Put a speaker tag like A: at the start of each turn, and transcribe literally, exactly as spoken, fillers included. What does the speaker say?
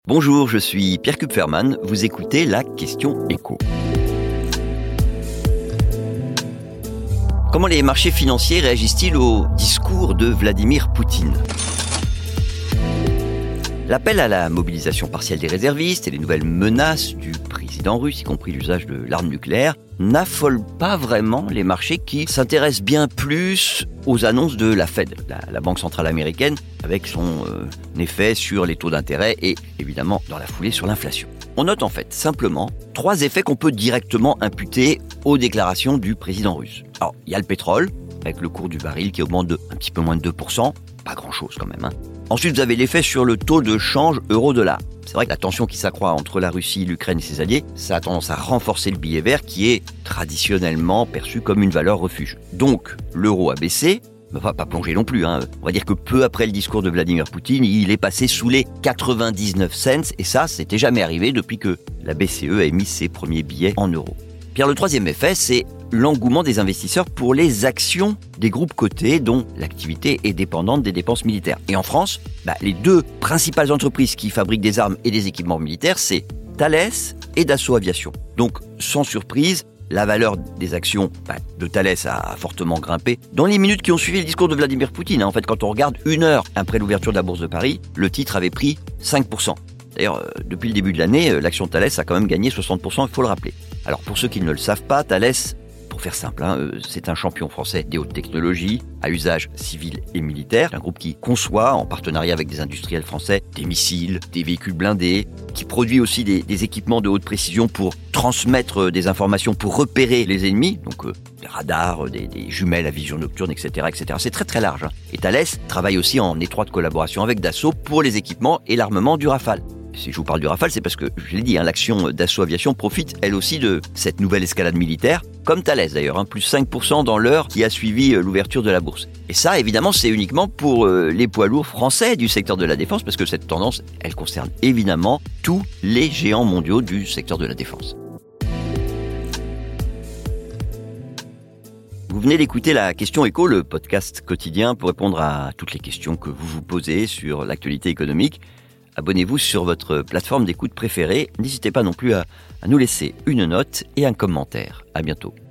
A: Bonjour, je suis Pierre Kupferman, vous écoutez la question écho. Comment les marchés financiers réagissent-ils au discours de Vladimir Poutine ? L'appel à la mobilisation partielle des réservistes et les nouvelles menaces du président russe, y compris l'usage de l'arme nucléaire, n'affolent pas vraiment les marchés qui s'intéressent bien plus aux annonces de la Fed, la, la Banque centrale américaine, avec son euh, effet sur les taux d'intérêt et évidemment dans la foulée sur l'inflation. On note en fait simplement trois effets qu'on peut directement imputer aux déclarations du président russe. Alors, il y a le pétrole, avec le cours du baril qui augmente de un petit peu moins de deux pour cent, pas grand-chose quand même, hein. Ensuite, vous avez l'effet sur le taux de change euro-dollar. C'est vrai que la tension qui s'accroît entre la Russie, l'Ukraine et ses alliés, ça a tendance à renforcer le billet vert qui est traditionnellement perçu comme une valeur refuge. Donc, l'euro a baissé, mais va pas plonger non plus, hein. On va dire que peu après le discours de Vladimir Poutine, il est passé sous les quatre-vingt-dix-neuf cents, et ça, c'était jamais arrivé depuis que la B C E a émis ses premiers billets en euros. Puis le troisième effet, c'est l'engouement des investisseurs pour les actions des groupes cotés dont l'activité est dépendante des dépenses militaires. Et en France, bah, les deux principales entreprises qui fabriquent des armes et des équipements militaires, c'est Thales et Dassault Aviation. Donc, sans surprise, la valeur des actions bah, de Thales a fortement grimpé dans les minutes qui ont suivi le discours de Vladimir Poutine. En fait, quand on regarde une heure après l'ouverture de la bourse de Paris, le titre avait pris cinq pour cent. D'ailleurs, euh, depuis le début de l'année, euh, l'action Thales a quand même gagné soixante pour cent, il faut le rappeler. Alors, pour ceux qui ne le savent pas, Thales, pour faire simple, hein, euh, c'est un champion français des hautes technologies, à usage civil et militaire. Un groupe qui conçoit, en partenariat avec des industriels français, des missiles, des véhicules blindés, qui produit aussi des, des équipements de haute précision pour transmettre euh, des informations, pour repérer les ennemis, donc euh, des radars, des, des jumelles à vision nocturne, et cetera, et cetera. C'est très très large, hein. Et Thales travaille aussi en étroite collaboration avec Dassault pour les équipements et l'armement du Rafale. Si je vous parle du Rafale, c'est parce que, je l'ai dit, hein, l'action Dassault Aviation profite, elle aussi, de cette nouvelle escalade militaire, comme Thales d'ailleurs, hein, plus cinq pour cent dans l'heure qui a suivi euh, l'ouverture de la bourse. Et ça, évidemment, c'est uniquement pour euh, les poids lourds français du secteur de la défense, parce que cette tendance, elle concerne évidemment tous les géants mondiaux du secteur de la défense. Vous venez d'écouter la Question Écho, le podcast quotidien pour répondre à toutes les questions que vous vous posez sur l'actualité économique. Abonnez-vous sur votre plateforme d'écoute préférée. N'hésitez pas non plus à, à nous laisser une note et un commentaire. À bientôt.